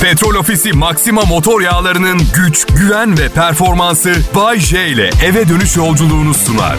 Petrol Ofisi Maxima motor yağlarının güç, güven ve performansı Bay J ile eve dönüş yolculuğunu sunar.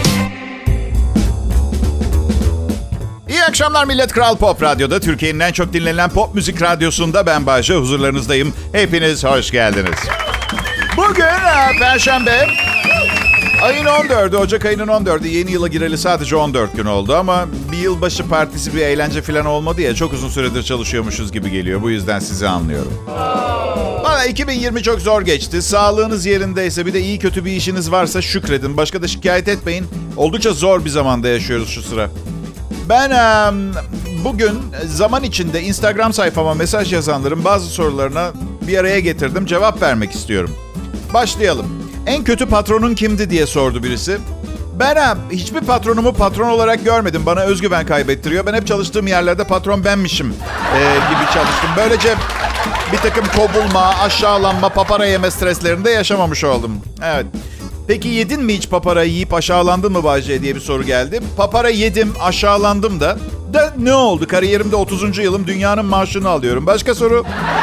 İyi akşamlar millet. Kral Pop Radyo'da, Türkiye'nin en çok dinlenen pop müzik radyosunda ben Bay J huzurlarınızdayım. Hepiniz hoş geldiniz. Bugün Perşembe. Ayın 14'ü, Ocak ayının 14'ü. Yeni yıla gireli sadece 14 gün oldu ama bir yılbaşı partisi, bir eğlence falan olmadı ya. Çok uzun süredir çalışıyormuşuz gibi geliyor. Bu yüzden sizi anlıyorum. Valla 2020 çok zor geçti. Sağlığınız yerindeyse, bir de iyi kötü bir işiniz varsa şükredin. Başka da şikayet etmeyin. Oldukça zor bir zamanda yaşıyoruz şu sıra. Ben bugün zaman içinde Instagram sayfama mesaj yazanların bazı sorularına bir araya getirdim. Cevap vermek istiyorum. Başlayalım. En kötü patronun kimdi diye sordu birisi. Ben hiçbir patronumu patron olarak görmedim. Bana özgüven kaybettiriyor. Ben hep çalıştığım yerlerde patron benmişim gibi çalıştım. Böylece bir takım kovulma, aşağılanma, papara yeme streslerinde yaşamamış oldum. Evet. Peki yedin mi hiç papara yiyip aşağılandın mı Bayce diye bir soru geldi. Papara yedim, aşağılandım da. Ne oldu? Kariyerimde 30. yılım, dünyanın maaşını alıyorum. Başka soru?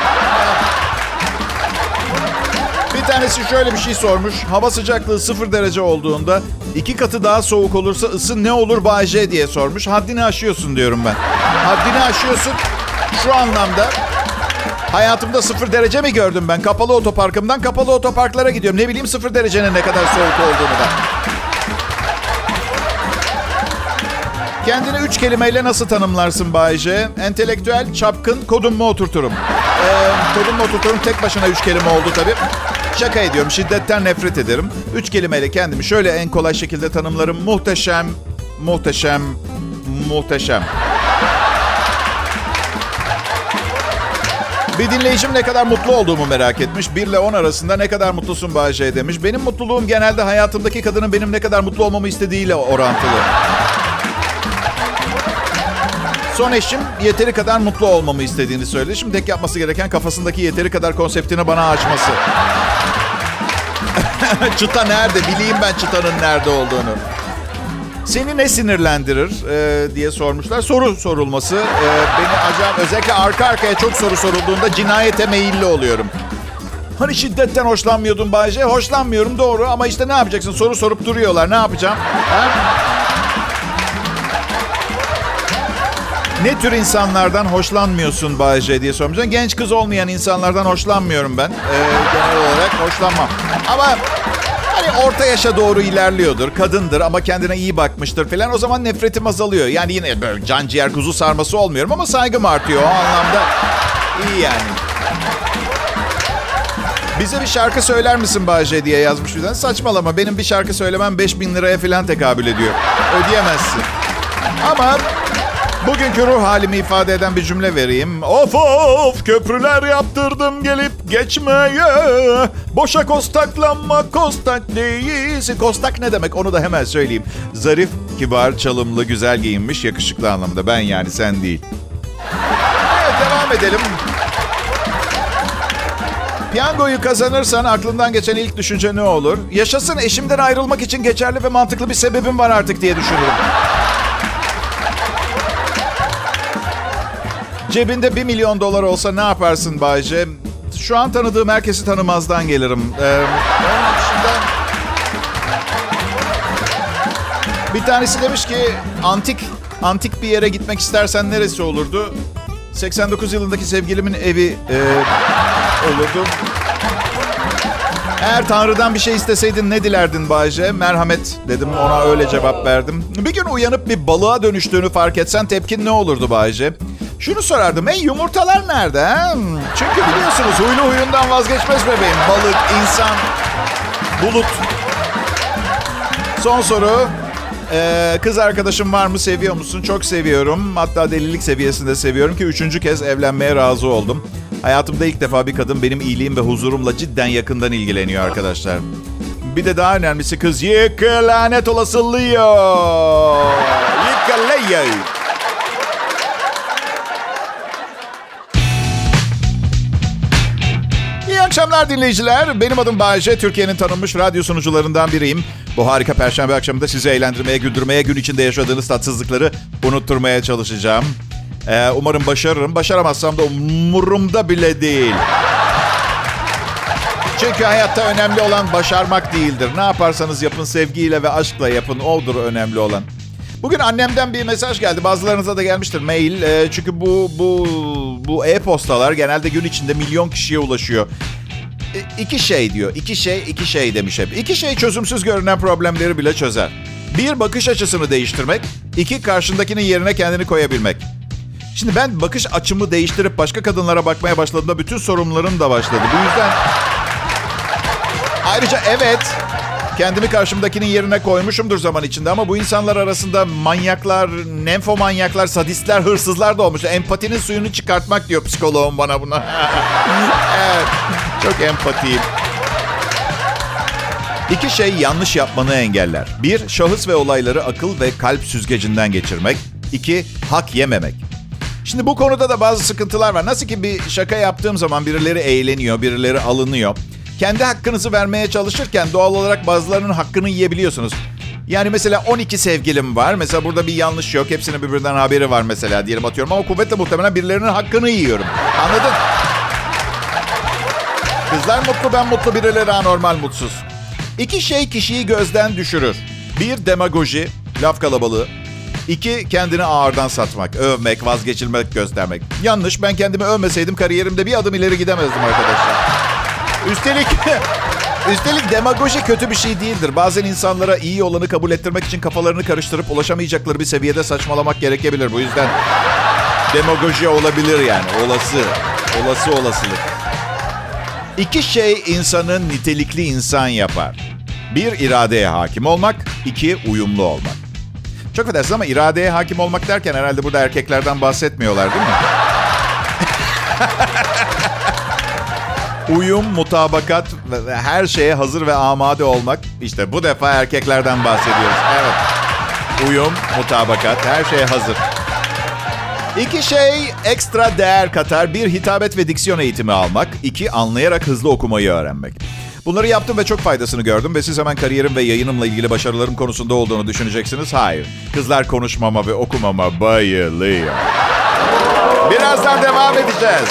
Bir tanesi şöyle bir şey sormuş. Hava sıcaklığı 0 derece olduğunda 2 katı daha soğuk olursa ısı ne olur Bayce diye sormuş. Haddini aşıyorsun diyorum ben. Haddini aşıyorsun şu anlamda. Hayatımda 0 derece mi gördüm ben? Kapalı otoparkımdan kapalı otoparklara gidiyorum. Ne bileyim 0 derecenin ne kadar soğuk olduğunu ben. Kendini 3 kelimeyle nasıl tanımlarsın Bayce? Entelektüel, çapkın, kodummu oturturum. Kodummu oturturum tek başına 3 kelime oldu tabii. Şaka ediyorum. Şiddetten nefret ederim. 3 kelimeyle kendimi şöyle en kolay şekilde tanımlarım. Muhteşem, muhteşem, muhteşem. Bir dinleyicim ne kadar mutlu olduğumu merak etmiş. 1 ile 10 arasında ne kadar mutlusun Bayce demiş. Benim mutluluğum genelde hayatımdaki kadının benim ne kadar mutlu olmamı istediğiyle orantılı. Son eşim yeteri kadar mutlu olmamı istediğini söyledi. Şimdi tek yapması gereken kafasındaki yeteri kadar konseptini bana açması. Çıta nerede? Bileyim ben çıtanın nerede olduğunu. Seni ne sinirlendirir diye sormuşlar. Soru sorulması beni acayip, özellikle arka arkaya çok soru sorulduğunda cinayete meyilli oluyorum. Hani şiddetten hoşlanmıyordun Bayce? Hoşlanmıyorum doğru ama işte ne yapacaksın? Soru sorup duruyorlar. Ne yapacağım? Ha? Ne tür insanlardan hoşlanmıyorsun Bayce diye sormuşlar. Genç kız olmayan insanlardan hoşlanmıyorum ben. Genel olarak hoşlanmam. Ama hani orta yaşa doğru ilerliyordur. Kadındır ama kendine iyi bakmıştır falan. O zaman nefretim azalıyor. Yani yine böyle can ciğer kuzu sarması olmuyorum ama saygım artıyor. O anlamda iyi yani. Bize bir şarkı söyler misin Bayce diye yazmış birden. Saçmalama, benim bir şarkı söylemem 5.000 liraya falan tekabül ediyor. Ödeyemezsin. Ama bugünkü ruh halimi ifade eden bir cümle vereyim. Of of köprüler yaptırdım gelip geçmeye. Boşa kostaklanma kostak değilsin. Kostak ne demek onu da hemen söyleyeyim. Zarif, kibar, çalımlı, güzel giyinmiş, yakışıklı anlamda. Ben yani, sen değil. Evet, devam edelim. Piyangoyu kazanırsan aklından geçen ilk düşünce ne olur? Yaşasın, eşimden ayrılmak için geçerli ve mantıklı bir sebebim var artık diye düşünürüm. Cebinde $1 milyon olsa ne yaparsın Bayce? Şu an tanıdığım herkesi tanımazdan gelirim. Onun dışında... Bir tanesi demiş ki antik bir yere gitmek istersen neresi olurdu? 89 yılındaki sevgilimin evi olurdu. Eğer Tanrı'dan bir şey isteseydin ne dilerdin Bayce? Merhamet dedim, ona öyle cevap verdim. Bir gün uyanıp bir balığa dönüştüğünü fark etsen tepkin ne olurdu Bayce? Şunu sorardım, yumurtalar nerede? He? Çünkü biliyorsunuz huylu huyundan vazgeçmez bebeğim. Balık, insan, bulut. Son soru. Kız arkadaşım var mı, seviyor musun? Çok seviyorum. Hatta delilik seviyesinde seviyorum ki 3. kez evlenmeye razı oldum. Hayatımda ilk defa bir kadın benim iyiliğim ve huzurumla cidden yakından ilgileniyor arkadaşlar. Bir de daha önemlisi kız yıkı lanet olasılığı. Yıkılayı. İyi akşamlar dinleyiciler. Benim adım Bayce. Türkiye'nin tanınmış radyo sunucularından biriyim. Bu harika perşembe akşamında sizi eğlendirmeye, güldürmeye, gün içinde yaşadığınız tatsızlıkları unutturmaya çalışacağım. Umarım başarırım. Başaramazsam da umurumda bile değil. Çünkü hayatta önemli olan başarmak değildir. Ne yaparsanız yapın, sevgiyle ve aşkla yapın. Odur önemli olan. Bugün annemden bir mesaj geldi. Bazılarınıza da gelmiştir mail. Çünkü bu e-postalar genelde gün içinde milyon kişiye ulaşıyor. İki şey diyor. İki şey demiş hep. İki şey çözümsüz görünen problemleri bile çözer. Bir, bakış açısını değiştirmek. İki, karşındakinin yerine kendini koyabilmek. Şimdi ben bakış açımı değiştirip başka kadınlara bakmaya başladığımda bütün sorunlarım da başladı. Bu yüzden... Ayrıca evet, kendimi karşımdakinin yerine koymuşumdur zaman içinde ama bu insanlar arasında manyaklar, nenfomanyaklar, sadistler, hırsızlar da olmuş. Empatinin suyunu çıkartmak diyor psikoloğum bana buna. Evet, çok empatiyim. İki şey yanlış yapmanı engeller. Bir, şahıs ve olayları akıl ve kalp süzgecinden geçirmek. İki, hak yememek. Şimdi bu konuda da bazı sıkıntılar var. Nasıl ki bir şaka yaptığım zaman birileri eğleniyor, birileri alınıyor. Kendi hakkınızı vermeye çalışırken doğal olarak bazılarının hakkını yiyebiliyorsunuz. Yani mesela 12 sevgilim var. Mesela burada bir yanlış yok. Hepsinin birbirinden haberi var mesela diyelim atıyorum. Ama kuvvetle muhtemelen birilerinin hakkını yiyorum. Anladın? Kızlar mutlu, ben mutlu, birileri anormal mutsuz. İki şey kişiyi gözden düşürür. Bir, demagoji, laf kalabalığı. İki, kendini ağırdan satmak, övmek, vazgeçilmek göstermek. Yanlış, ben kendimi övmeseydim kariyerimde bir adım ileri gidemezdim arkadaşlar. Üstelik demagoji kötü bir şey değildir. Bazen insanlara iyi olanı kabul ettirmek için kafalarını karıştırıp ulaşamayacakları bir seviyede saçmalamak gerekebilir. Bu yüzden demagoji olabilir yani. Olası olasılık. İki şey insanın nitelikli insan yapar. Bir, iradeye hakim olmak. İki, uyumlu olmak. Çok affedersiniz ama iradeye hakim olmak derken herhalde burada erkeklerden bahsetmiyorlar değil mi? Uyum, mutabakat ve her şeye hazır ve amade olmak. İşte bu defa erkeklerden bahsediyoruz. Evet. Uyum, mutabakat, her şeye hazır. İki şey ekstra değer katar. Bir, hitabet ve diksiyon eğitimi almak. İki, anlayarak hızlı okumayı öğrenmek. Bunları yaptım ve çok faydasını gördüm ve siz hemen kariyerim ve yayınımla ilgili başarılarım konusunda olduğunu düşüneceksiniz. Hayır. Kızlar konuşmama ve okumama bayılıyor. Birazdan devam edeceğiz.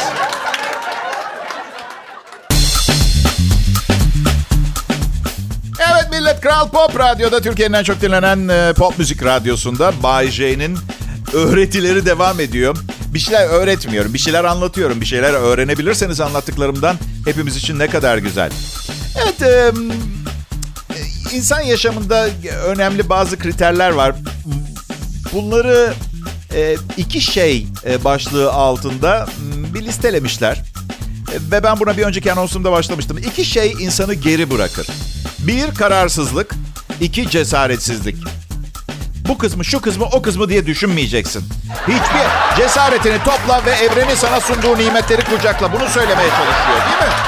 Evet millet, Kral Pop Radyo'da, Türkiye'nin en çok dinlenen pop müzik radyosunda Bay J'nin öğretileri devam ediyor. Bir şeyler öğretmiyorum, bir şeyler anlatıyorum. Bir şeyler öğrenebilirseniz anlattıklarımdan hepimiz için ne kadar güzel. Evet, insan yaşamında önemli bazı kriterler var. Bunları iki şey başlığı altında bir listelemişler. Ve ben buna bir önceki anonsumda başlamıştım. İki şey insanı geri bırakır. Bir, kararsızlık. İki, cesaretsizlik. Bu kısmı, şu kısmı, o kısmı diye düşünmeyeceksin. Hiçbir cesaretini topla ve evrenin sana sunduğu nimetleri kucakla. Bunu söylemeye çalışıyor, değil mi?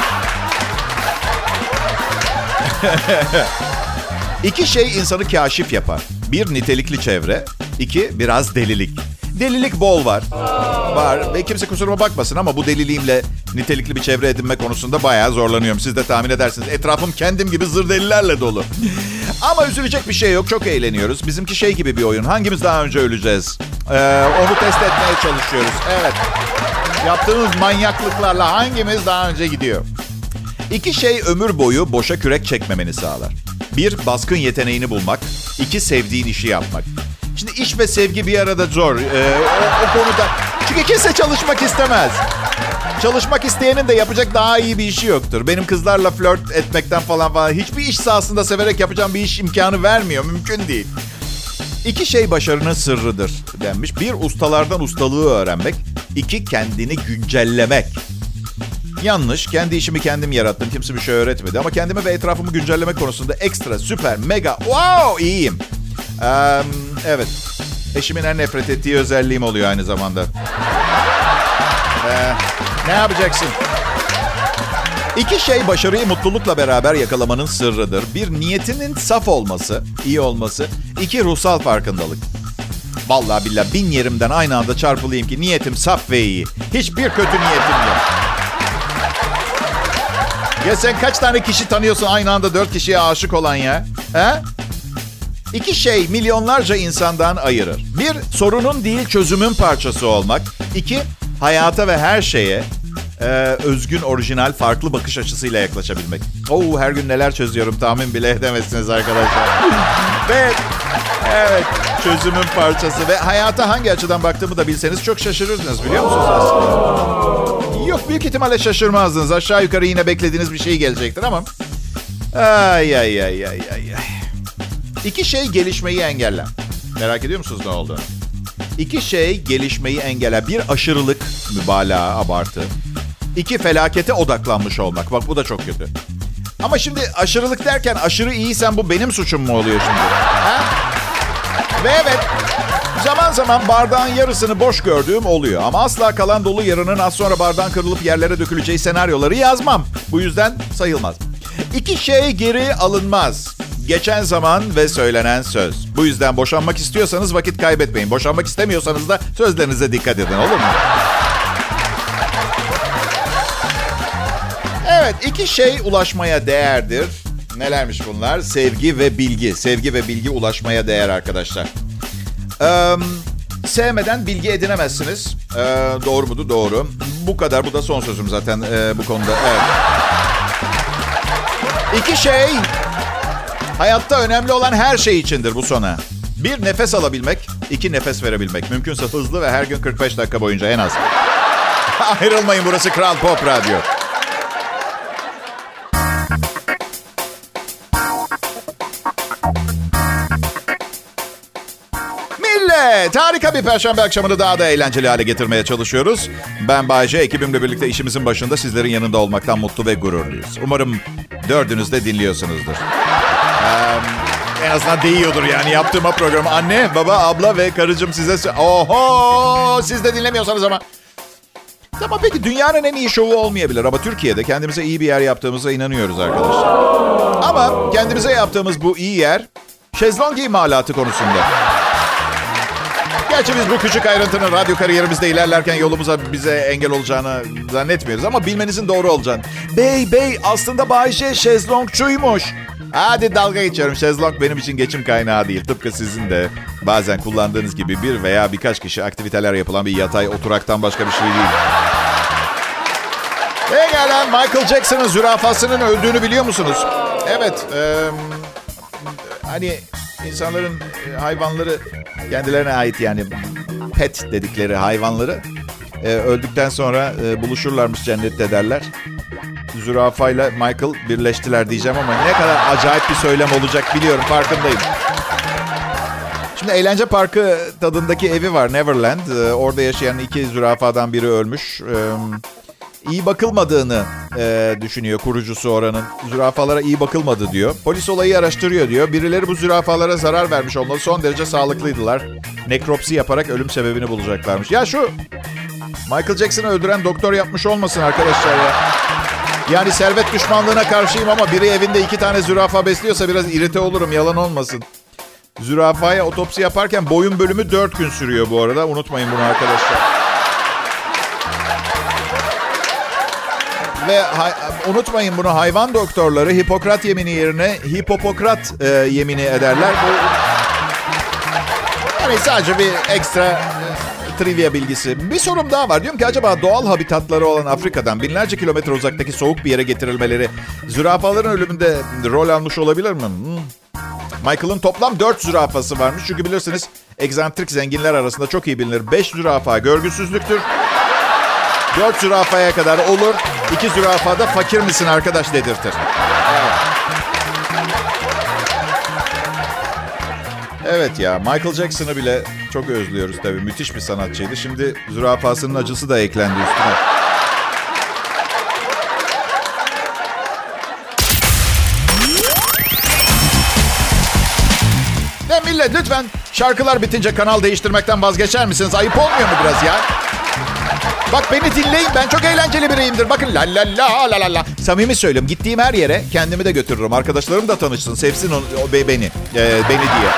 İki şey insanı kaşif yapar. Bir, nitelikli çevre. İki, biraz delilik. Delilik bol var. Ve kimse kusuruma bakmasın ama bu deliliğimle nitelikli bir çevre edinme konusunda bayağı zorlanıyorum. Siz de tahmin edersiniz. Etrafım kendim gibi zır delilerle dolu. Ama üzülecek bir şey yok. Çok eğleniyoruz. Bizimki şey gibi bir oyun. Hangimiz daha önce öleceğiz? Onu test etmeye çalışıyoruz. Evet. Yaptığımız manyaklıklarla hangimiz daha önce gidiyor? İki şey ömür boyu boşa kürek çekmemeni sağlar. Bir, baskın yeteneğini bulmak. İki, sevdiğin işi yapmak. Şimdi iş ve sevgi bir arada zor. O konuda... Çünkü kimse çalışmak istemez. Çalışmak isteyenin de yapacak daha iyi bir işi yoktur. Benim kızlarla flört etmekten falan hiçbir iş sahasında severek yapacağım bir iş imkanı vermiyor. Mümkün değil. İki şey başarının sırrıdır denmiş. Bir, ustalardan ustalığı öğrenmek. İki, kendini güncellemek. Yanlış. Kendi işimi kendim yarattım. Kimse bir şey öğretmedi. Ama kendimi ve etrafımı güncelleme konusunda ekstra, süper, mega, wow iyiyim. Evet. Eşimin en nefret ettiği özelliğim oluyor aynı zamanda. Ne yapacaksın? İki şey başarıyı mutlulukla beraber yakalamanın sırrıdır. Bir, niyetinin saf olması, iyi olması. İki, ruhsal farkındalık. Vallahi billahi 1000 yerimden aynı anda çarpılayım ki niyetim saf ve iyi. Hiçbir kötü niyetim yok. Ya sen kaç tane kişi tanıyorsun aynı anda 4 kişiye aşık olan ya? He? İki şey milyonlarca insandan ayırır. Bir, sorunun değil çözümün parçası olmak. İki, hayata ve her şeye özgün, orijinal, farklı bakış açısıyla yaklaşabilmek. Her gün neler çözüyorum tahmin bile edemezsiniz arkadaşlar. Ve evet, çözümün parçası. Ve hayata hangi açıdan baktığımı da bilseniz çok şaşırırdınız, biliyor musunuz aslında? Yok, büyük ihtimalle şaşırmazdınız. Aşağı yukarı yine beklediğiniz bir şey gelecektir ama... Ay. İki şey gelişmeyi engeller. Merak ediyor musunuz ne olduğunu? İki şey gelişmeyi engeller. Bir, aşırılık, mübalağa, abartı. İki, felakete odaklanmış olmak. Bak bu da çok kötü. Ama şimdi aşırılık derken aşırı iyiysen bu benim suçum mu oluyor şimdi? Ha? Ve evet, zaman zaman bardağın yarısını boş gördüğüm oluyor. Ama asla kalan dolu yarının az sonra bardağın kırılıp yerlere döküleceği senaryoları yazmam. Bu yüzden sayılmaz. İki şey geri alınmaz. Geçen zaman ve söylenen söz. Bu yüzden boşanmak istiyorsanız vakit kaybetmeyin. Boşanmak istemiyorsanız da sözlerinize dikkat edin, olur mu? Evet, iki şey ulaşmaya değerdir. Nelermiş bunlar? Sevgi ve bilgi. Sevgi ve bilgi ulaşmaya değer arkadaşlar. Sevmeden bilgi edinemezsiniz. Doğru mudur? Doğru. Bu kadar. Bu da son sözüm zaten bu konuda. Evet. İki şey hayatta önemli olan her şey içindir bu sona. Bir, nefes alabilmek. İki, nefes verebilmek. Mümkünse hızlı ve her gün 45 dakika boyunca en az. Ayrılmayın, burası Kral Pop Radyo. Millet, harika bir perşembe akşamını daha da eğlenceli hale getirmeye çalışıyoruz. Ben Bay J, ekibimle birlikte işimizin başında sizlerin yanında olmaktan mutlu ve gururluyuz. Umarım dördünüz de dinliyorsunuzdur. En azından değiyordur yani yaptığım programı. Anne, baba, abla ve karıcığım size... Oho! Siz de dinlemiyorsanız ama... Tamam, peki dünyanın en iyi şovu olmayabilir ama Türkiye'de kendimize iyi bir yer yaptığımıza inanıyoruz arkadaşlar. Ama kendimize yaptığımız bu iyi yer şezlong imalatı konusunda. Gerçi biz bu küçük ayrıntının radyo kariyerimizde ilerlerken yolumuza bize engel olacağını zannetmiyoruz ama bilmenizin doğru olacağını. Bey aslında Bay J şezlongçuymuş. Hadi dalga geçiyorum. Şezlong benim için geçim kaynağı değil. Tıpkı sizin de bazen kullandığınız gibi bir veya birkaç kişi aktiviteler yapılan bir yatay oturaktan başka bir şey değil. Pekala, Michael Jackson'ın zürafasının öldüğünü biliyor musunuz? Evet. Hani insanların hayvanları kendilerine ait yani pet dedikleri hayvanları öldükten sonra buluşurlarmış cennette derler. Zürafayla Michael birleştiler diyeceğim ama ne kadar acayip bir söylem olacak biliyorum, farkındayım. Şimdi eğlence parkı tadındaki evi var, Neverland. Orada yaşayan iki zürafadan biri ölmüş. İyi bakılmadığını düşünüyor kurucusu oranın. Zürafalara iyi bakılmadı diyor. Polis olayı araştırıyor diyor. Birileri bu zürafalara zarar vermiş olmalı. Son derece sağlıklıydılar. Nekropsi yaparak ölüm sebebini bulacaklarmış. Ya şu Michael Jackson'ı öldüren doktor yapmış olmasın arkadaşlar ya. Yani servet düşmanlığına karşıyım ama biri evinde 2 tane zürafa besliyorsa biraz irite olurum, yalan olmasın. Zürafaya otopsi yaparken boyun bölümü 4 gün sürüyor bu arada. Unutmayın bunu arkadaşlar. Ve unutmayın bunu, hayvan doktorları Hipokrat yemini yerine Hipopokrat yemini ederler. Yani sadece bir ekstra trivia bilgisi. Bir sorum daha var. Diyorum ki acaba doğal habitatları olan Afrika'dan binlerce kilometre uzaktaki soğuk bir yere getirilmeleri zürafaların ölümünde rol almış olabilir mi? Michael'ın toplam 4 zürafası varmış. Çünkü bilirsiniz egzantrik zenginler arasında çok iyi bilinir. 5 zürafa görgüsüzlüktür. 4 zürafaya kadar olur. 2 zürafa da fakir misin arkadaş dedirtir. Evet. Evet ya, Michael Jackson'ı bile çok özlüyoruz tabii. Müthiş bir sanatçıydı. Şimdi zürafasının acısı da eklendi üstüne. Ve millet lütfen şarkılar bitince kanal değiştirmekten vazgeçer misiniz? Ayıp olmuyor mu biraz ya? Bak beni dinleyin, ben çok eğlenceli biriyimdir. Bakın la la la la la la. Samimi söylüyorum, gittiğim her yere kendimi de götürürüm. Arkadaşlarım da tanışsın, sevsin beni diye.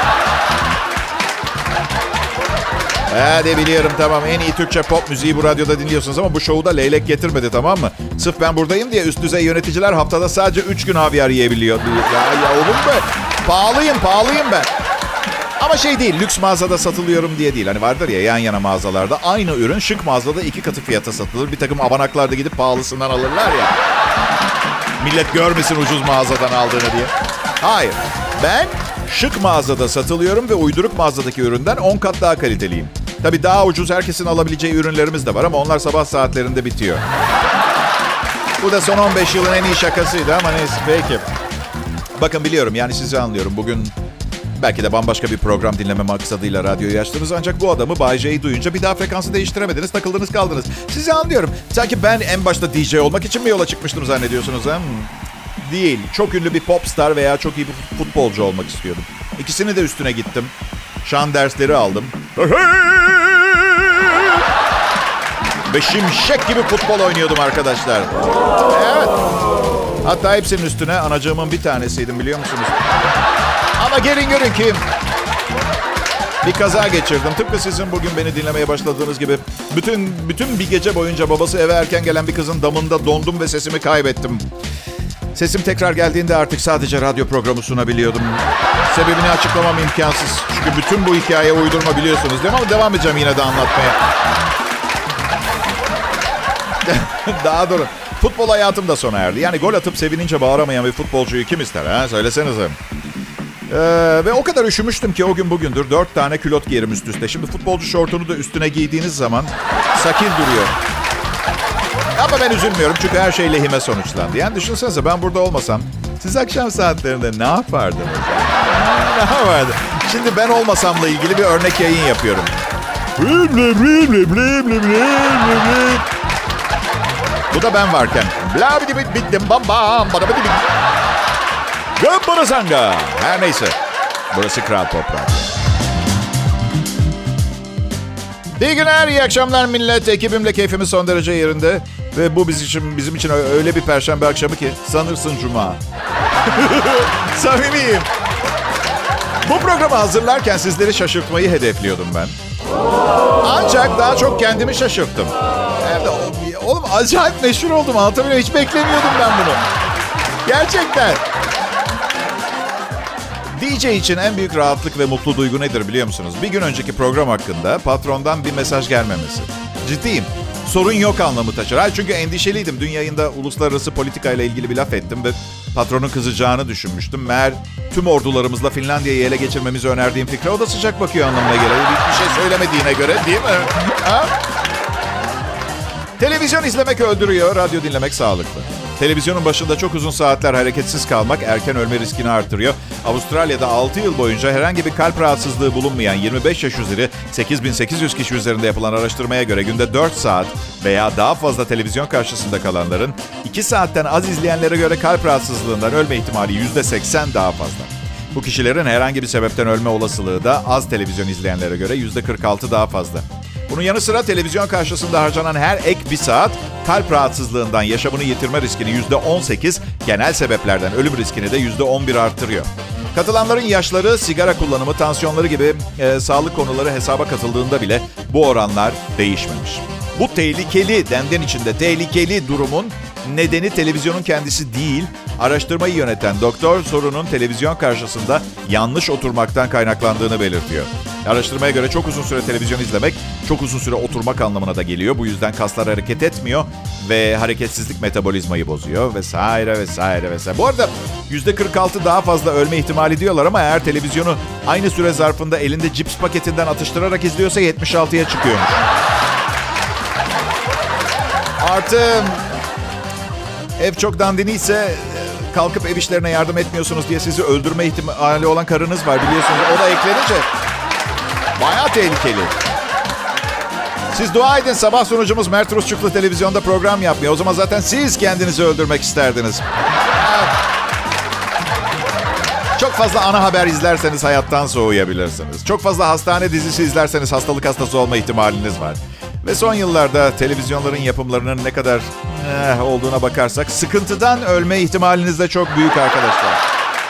Hadi biliyorum tamam, en iyi Türkçe pop müziği bu radyoda dinliyorsunuz ama bu şovu da leylek getirmedi, tamam mı? Sırf ben buradayım diye üst düzey yöneticiler haftada sadece 3 gün havyar yiyebiliyor. Ya olur mu? Pahalıyım ben. Ama şey değil, lüks mağazada satılıyorum diye değil. Hani vardır ya yan yana mağazalarda aynı ürün şık mağazada 2 katı fiyata satılır. Bir takım abanaklar da gidip pahalısından alırlar ya. Millet görmesin ucuz mağazadan aldığını diye. Hayır, ben şık mağazada satılıyorum ve uyduruk mağazadaki üründen 10 kat daha kaliteliyim. Tabii daha ucuz herkesin alabileceği ürünlerimiz de var ama onlar sabah saatlerinde bitiyor. Bu da son 15 yılın en iyi şakasıydı ama neyse, peki. Bakın biliyorum, yani sizi anlıyorum. Bugün belki de bambaşka bir program dinleme maksadıyla radyoyu açtınız. Ancak bu adamı, Bay J'yi duyunca bir daha frekansı değiştiremediniz. Takıldınız kaldınız. Sizi anlıyorum. Sanki ben en başta DJ olmak için mi yola çıkmıştım zannediyorsunuz ha? Değil. Çok ünlü bir popstar veya çok iyi bir futbolcu olmak istiyordum. İkisini de üstüne gittim. Şan dersleri aldım. Ve şimşek gibi futbol oynuyordum arkadaşlar. Evet. Hatta hepsinin üstüne anacığımın bir tanesiydim, biliyor musunuz? Ama gelin görün ki bir kaza geçirdim. Tıpkı sizin bugün beni dinlemeye başladığınız gibi. Bütün bir gece boyunca babası eve erken gelen bir kızın damında dondum ve sesimi kaybettim. Sesim tekrar geldiğinde artık sadece radyo programı sunabiliyordum. Sebebini açıklamam imkansız. Çünkü bütün bu hikaye uydurma, biliyorsunuz değil mi? Ama devam edeceğim yine de anlatmaya. Daha doğru. Futbol hayatım da sona erdi. Yani gol atıp sevinince bağıramayan bir futbolcuyu kim ister ha? Söylesenize. Ve o kadar üşümüştüm ki o gün bugündür 4 tane külot giyerim üst üste. Şimdi futbolcu şortunu da üstüne giydiğiniz zaman sakil duruyor. Ama ben üzülmüyorum çünkü her şey lehime sonuçlandı. Yani düşünsenize, ben burada olmasam siz akşam saatlerinde ne yapardınız? Ne yapardınız? Şimdi ben olmasamla ilgili bir örnek yayın yapıyorum. Bu da ben varken. Her neyse. Burası Kral Pop Radyo. İyi günler, iyi akşamlar millet. Ekibimle keyfimiz son derece yerinde. Ve bu bizim için öyle bir perşembe akşamı ki sanırsın cuma. Samimiyim. Bu programı hazırlarken sizleri şaşırtmayı hedefliyordum ben. Ancak daha çok kendimi şaşırttım. Oğlum acayip meşhur oldum, anlatabiliyor muyum? Hiç beklemiyordum ben bunu. Gerçekten. DJ için en büyük rahatlık ve mutlu duygu nedir biliyor musunuz? Bir gün önceki program hakkında patrondan bir mesaj gelmemesi. Ciddiyim. Sorun yok anlamı taşır. Hayır, çünkü endişeliydim. Dün yayında uluslararası politikayla ilgili bir laf ettim ve patronun kızacağını düşünmüştüm. Meğer tüm ordularımızla Finlandiya'yı ele geçirmemizi önerdiğim fikre o da sıcak bakıyor anlamına gelir. Bir şey söylemediğine göre, değil mi? Ha? Televizyon izlemek öldürüyor, radyo dinlemek sağlıklı. Televizyonun başında çok uzun saatler hareketsiz kalmak erken ölme riskini artırıyor. Avustralya'da 6 yıl boyunca herhangi bir kalp rahatsızlığı bulunmayan 25 yaş üzeri 8.800 kişi üzerinde yapılan araştırmaya göre günde 4 saat veya daha fazla televizyon karşısında kalanların 2 saatten az izleyenlere göre kalp rahatsızlığından ölme ihtimali %80 daha fazla. Bu kişilerin herhangi bir sebepten ölme olasılığı da az televizyon izleyenlere göre %46 daha fazla. Bunun yanı sıra televizyon karşısında harcanan her ek bir saat kalp rahatsızlığından yaşamını yitirme riskini %18, genel sebeplerden ölüm riskini de %11 artırıyor. Katılanların yaşları, sigara kullanımı, tansiyonları gibi sağlık konuları hesaba katıldığında bile bu oranlar değişmemiş. Bu tehlikeli, denden içinde tehlikeli durumun nedeni televizyonun kendisi değil, araştırmayı yöneten doktor sorunun televizyon karşısında yanlış oturmaktan kaynaklandığını belirtiyor. Araştırmaya göre çok uzun süre televizyon izlemek, çok uzun süre oturmak anlamına da geliyor. Bu yüzden kaslar hareket etmiyor ve hareketsizlik metabolizmayı bozuyor vesaire vesaire vesaire. Bu arada %46 daha fazla ölme ihtimali diyorlar ama eğer televizyonu aynı süre zarfında elinde cips paketinden atıştırarak izliyorsa 76'ya çıkıyormuş. Artı ev çok dandini ise kalkıp ev işlerine yardım etmiyorsunuz diye sizi öldürme ihtimali olan karınız var, biliyorsunuz. O da eklenince bayağı tehlikeli. Siz dua edin, sabah sunucumuz Mert Rusçuklu televizyonda program yapmıyor. O zaman zaten siz kendinizi öldürmek isterdiniz. Çok fazla ana haber izlerseniz hayattan soğuyabilirsiniz. Çok fazla hastane dizisi izlerseniz hastalık hastası olma ihtimaliniz var. Ve son yıllarda televizyonların yapımlarının ne kadar olduğuna bakarsak sıkıntıdan ölme ihtimaliniz de çok büyük arkadaşlar.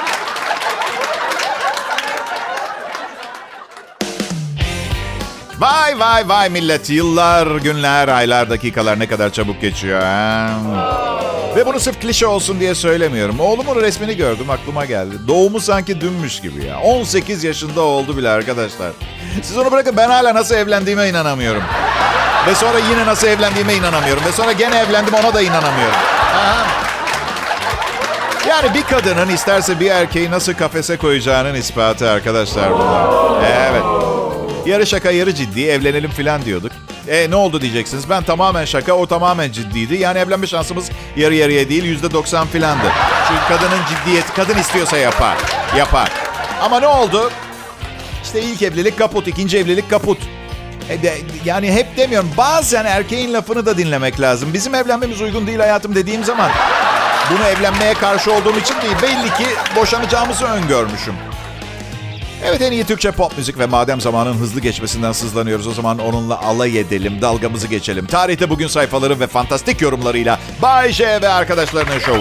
Vay vay vay millet. Yıllar, günler, aylar, dakikalar ne kadar çabuk geçiyor. Ve bunu sırf klişe olsun diye söylemiyorum. Oğlumun resmini gördüm, aklıma geldi. Doğumu sanki dünmüş gibi ya. 18 yaşında oldu bile arkadaşlar. Siz onu bırakın, ben hala nasıl evlendiğime inanamıyorum. Ve sonra yine nasıl evlendiğime inanamıyorum. Ve sonra gene evlendim, ona da inanamıyorum. Aha. Yani bir kadının isterse bir erkeği nasıl kafese koyacağının ispatı arkadaşlar bunlar. Evet. Yarı şaka yarı ciddi, evlenelim falan diyorduk. Ne oldu diyeceksiniz. Ben tamamen şaka, o tamamen ciddiydi. Yani evlenme şansımız yarı yarıya değil, %90 filandı. Çünkü kadının ciddiyeti, kadın istiyorsa yapar. Yapar. Ama ne oldu? İşte ilk evlilik kaput, ikinci evlilik kaput. Yani hep demiyorum. Bazen erkeğin lafını da dinlemek lazım. Bizim evlenmemiz uygun değil hayatım dediğim zaman bunu evlenmeye karşı olduğum için değil, belli ki boşanacağımızı öngörmüşüm. Evet, en iyi Türkçe pop müzik ve madem zamanın hızlı geçmesinden sızlanıyoruz, o zaman onunla alay edelim, dalgamızı geçelim. Tarihte bugün sayfaları ve fantastik yorumlarıyla Bay J ve arkadaşlarının şovu.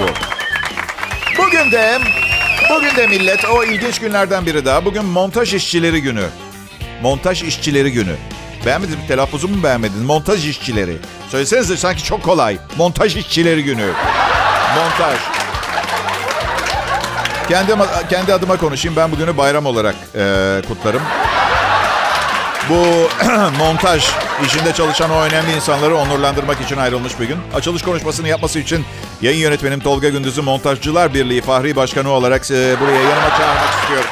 Bugün de millet, o ilginç günlerden biri daha. Bugün montaj işçileri günü. Montaj işçileri günü. Beğenmediniz mi? Telaffuzumu mu beğenmediniz? Montaj işçileri. Söylesenize, sanki çok kolay. Montaj işçileri günü. Montaj. Kendi adıma konuşayım. Ben bugünü bayram olarak kutlarım. Bu montaj işinde çalışan o önemli insanları onurlandırmak için ayrılmış bir gün. Açılış konuşmasını yapması için yayın yönetmenim Tolga Gündüz'ü Montajcılar Birliği Fahri Başkanı olarak buraya yanıma çağırmak istiyorum.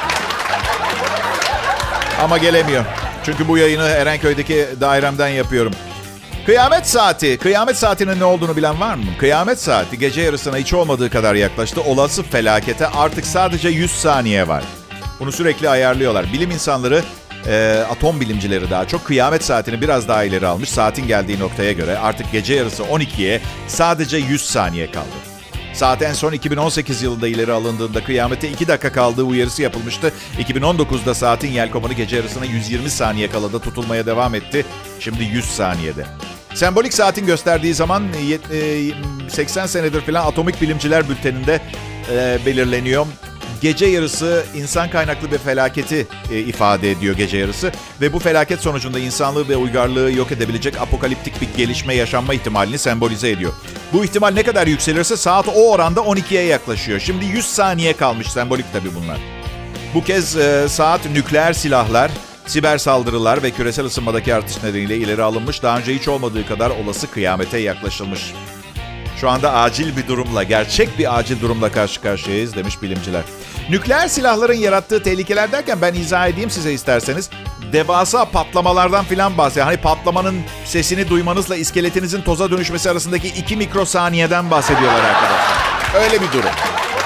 Ama gelemiyor. Çünkü bu yayını Erenköy'deki dairemden yapıyorum. Kıyamet saati. Kıyamet saatinin ne olduğunu bilen var mı? Kıyamet saati gece yarısına hiç olmadığı kadar yaklaştı. Olası felakete artık sadece 100 saniye var. Bunu sürekli ayarlıyorlar. Bilim insanları, atom bilimcileri daha çok kıyamet saatini biraz daha ileri almış. Saatin geldiği noktaya göre artık gece yarısı 12'ye sadece 100 saniye kaldı. Saat en son 2018 yılında ileri alındığında kıyamete 2 dakika kaldığı uyarısı yapılmıştı. 2019'da saatin yelkovanı gece yarısına 120 saniye kala da tutulmaya devam etti. Şimdi 100 saniyede. Sembolik saatin gösterdiği zaman 80 senedir falan Atomik Bilimciler Bülteni'nde belirleniyor. Gece yarısı insan kaynaklı bir felaketi ifade ediyor gece yarısı. Ve bu felaket sonucunda insanlığı ve uygarlığı yok edebilecek apokaliptik bir gelişme yaşanma ihtimalini sembolize ediyor. Bu ihtimal ne kadar yükselirse saat o oranda 12'ye yaklaşıyor. Şimdi 100 saniye kalmış, sembolik tabii bunlar. Bu kez saat nükleer silahlar, siber saldırılar ve küresel ısınmadaki artış nedeniyle ileri alınmış. Daha önce hiç olmadığı kadar olası kıyamete yaklaşılmış. Şu anda acil bir durumla, gerçek bir acil durumla karşı karşıyayız demiş bilimciler. Nükleer silahların yarattığı tehlikeler derken ben izah edeyim size isterseniz. Devasa patlamalardan filan bahsediyor. Hani patlamanın sesini duymanızla iskeletinizin toza dönüşmesi arasındaki 2 mikrosaniyeden bahsediyorlar arkadaşlar. Öyle bir durum.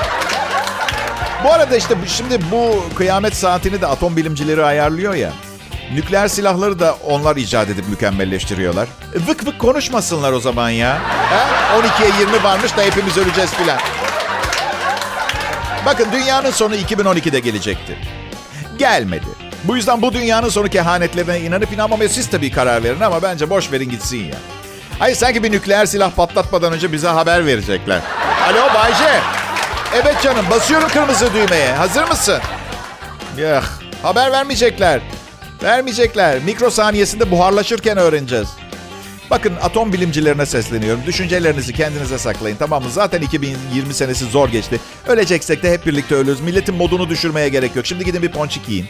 Bu arada işte şimdi bu kıyamet saatini de atom bilimcileri ayarlıyor ya. Nükleer silahları da onlar icat edip mükemmelleştiriyorlar. Vık vık konuşmasınlar o zaman ya. 12'ye 20 varmış da hepimiz öleceğiz filan. Bakın, dünyanın sonu 2012'de gelecekti. Gelmedi. Bu yüzden bu dünyanın sonu kehanetlerine inanıp inanmamaya siz tabii karar verin ama bence boş verin gitsin ya. Hayır, sanki bir nükleer silah patlatmadan önce bize haber verecekler. Alo Bay J. Evet canım, basıyorum kırmızı düğmeye. Hazır mısın? Yuh, haber vermeyecekler. Vermeyecekler. Mikrosaniyesinde buharlaşırken öğreneceğiz. Bakın, atom bilimcilerine sesleniyorum. Düşüncelerinizi kendinize saklayın, tamam mı? Zaten 2020 senesi zor geçti. Öleceksek de hep birlikte ölürüz. Milletin modunu düşürmeye gerek yok. Şimdi gidin bir ponçik yiyin.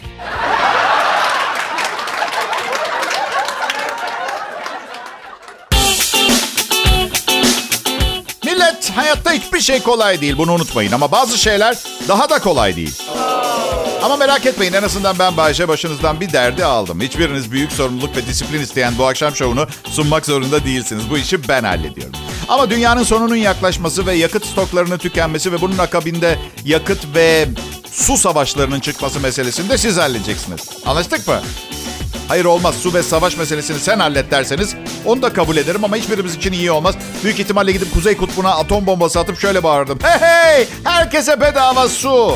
Millet, hayatta hiçbir şey kolay değil. Bunu unutmayın. Ama bazı şeyler daha da kolay değil. Ama merak etmeyin, en azından ben Bayşe başınızdan bir derdi aldım. Hiçbiriniz büyük sorumluluk ve disiplin isteyen bu akşam şovunu sunmak zorunda değilsiniz. Bu işi ben hallediyorum. Ama dünyanın sonunun yaklaşması ve yakıt stoklarının tükenmesi ve bunun akabinde yakıt ve su savaşlarının çıkması meselesini de siz halledeceksiniz. Anlaştık mı? Hayır, olmaz. Su ve savaş meselesini sen hallet derseniz onu da kabul ederim ama hiçbirimiz için iyi olmaz. Büyük ihtimalle gidip Kuzey Kutbu'na atom bombası atıp şöyle bağırdım. Hey hey! Herkese bedava su!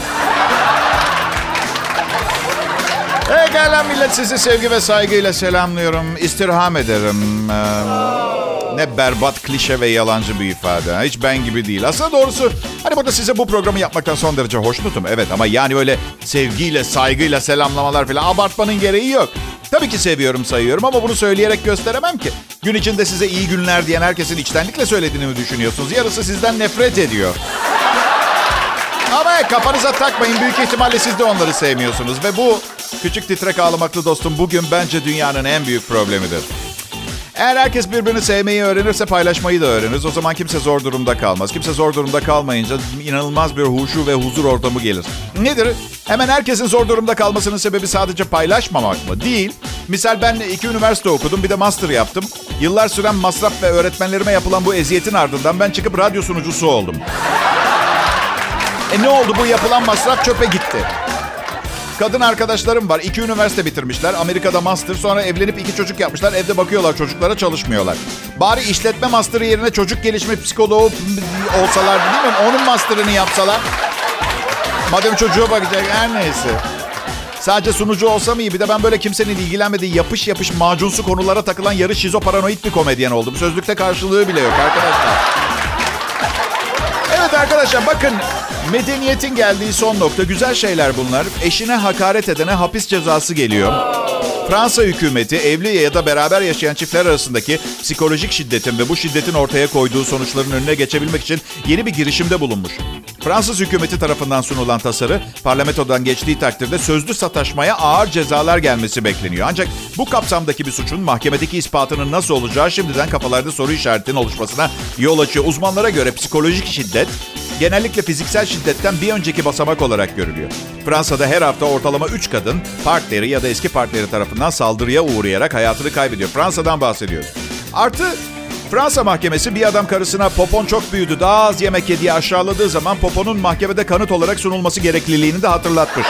Pekala millet, sizi sevgi ve saygıyla selamlıyorum. İstirham ederim. Ne berbat, klişe ve yalancı bir ifade. Hiç ben gibi değil. Aslında doğrusu hani burada size bu programı yapmaktan son derece hoşnutum. Evet, ama yani öyle sevgiyle, saygıyla selamlamalar falan abartmanın gereği yok. Tabii ki seviyorum, sayıyorum ama bunu söyleyerek gösteremem ki. Gün içinde size iyi günler diyen herkesin içtenlikle söylediğini mi düşünüyorsunuz? Yarısı sizden nefret ediyor. Ama kafanıza takmayın. Büyük ihtimalle siz de onları sevmiyorsunuz. Ve bu küçük titrek ağlamaklı dostum bugün bence dünyanın en büyük problemidir. Eğer herkes birbirini sevmeyi öğrenirse paylaşmayı da öğreniriz. O zaman kimse zor durumda kalmaz. Kimse zor durumda kalmayınca inanılmaz bir huşu ve huzur ortamı gelir. Nedir? Hemen herkesin zor durumda kalmasının sebebi sadece paylaşmamak mı? Değil. Misal ben 2 üniversite okudum, bir de master yaptım. Yıllar süren masraf ve öğretmenlerime yapılan bu eziyetin ardından ben çıkıp radyo sunucusu oldum. Ne oldu? Bu yapılan masraf çöpe gitti. Kadın arkadaşlarım var. 2 üniversite bitirmişler. Amerika'da master. Sonra evlenip 2 çocuk yapmışlar. Evde bakıyorlar çocuklara, çalışmıyorlar. Bari işletme master'ı yerine çocuk gelişimi psikoloğu olsalar, değil mi? Onun master'ını yapsalar. Madem çocuğa bakacak, her neyse. Sadece sunucu olsam iyi. Bir de ben böyle kimsenin ilgilenmediği yapış yapış macunsu konulara takılan yarı şizoparanoid bir komedyen oldum. Sözlükte karşılığı bile yok arkadaşlar. Evet arkadaşlar, bakın. Medeniyetin geldiği son nokta. Güzel şeyler bunlar. Eşine hakaret edene hapis cezası geliyor. Fransa hükümeti evli ya da beraber yaşayan çiftler arasındaki psikolojik şiddetin ve bu şiddetin ortaya koyduğu sonuçların önüne geçebilmek için yeni bir girişimde bulunmuş. Fransız hükümeti tarafından sunulan tasarı parlamentodan geçtiği takdirde sözlü sataşmaya ağır cezalar gelmesi bekleniyor. Ancak bu kapsamdaki bir suçun mahkemedeki ispatının nasıl olacağı şimdiden kafalarda soru işaretinin oluşmasına yol açıyor. Uzmanlara göre psikolojik şiddet genellikle fiziksel şiddetten bir önceki basamak olarak görülüyor. Fransa'da her hafta ortalama 3 kadın partneri ya da eski partneri tarafından saldırıya uğrayarak hayatını kaybediyor. Fransa'dan bahsediyoruz. Artı Fransa mahkemesi bir adam karısına popon çok büyüdü, daha az yemek ye diye aşağıladığı zaman poponun mahkemede kanıt olarak sunulması gerekliliğini de hatırlatmış.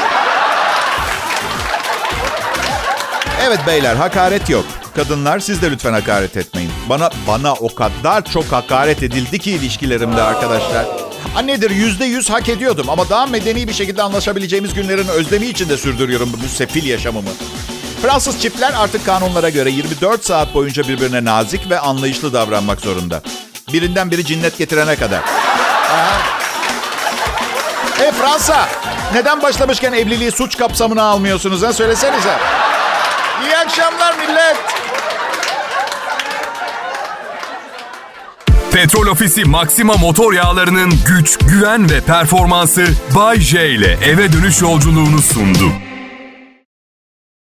Evet beyler, hakaret yok. Kadınlar, siz de lütfen hakaret etmeyin. Bana o kadar çok hakaret edildi ki ilişkilerimde arkadaşlar. Nedir? %100 hak ediyordum ama daha medeni bir şekilde anlaşabileceğimiz günlerin özlemi içinde sürdürüyorum bu sefil yaşamımı. Fransız çiftler artık kanunlara göre 24 saat boyunca birbirine nazik ve anlayışlı davranmak zorunda. Birinden biri cinnet getirene kadar. Fransa, neden başlamışken evliliği suç kapsamına almıyorsunuz ha? Söylesenize. İyi akşamlar millet. Petrol Ofisi Maxima motor yağlarının güç, güven ve performansı Bay J ile eve dönüş yolculuğunu sundu.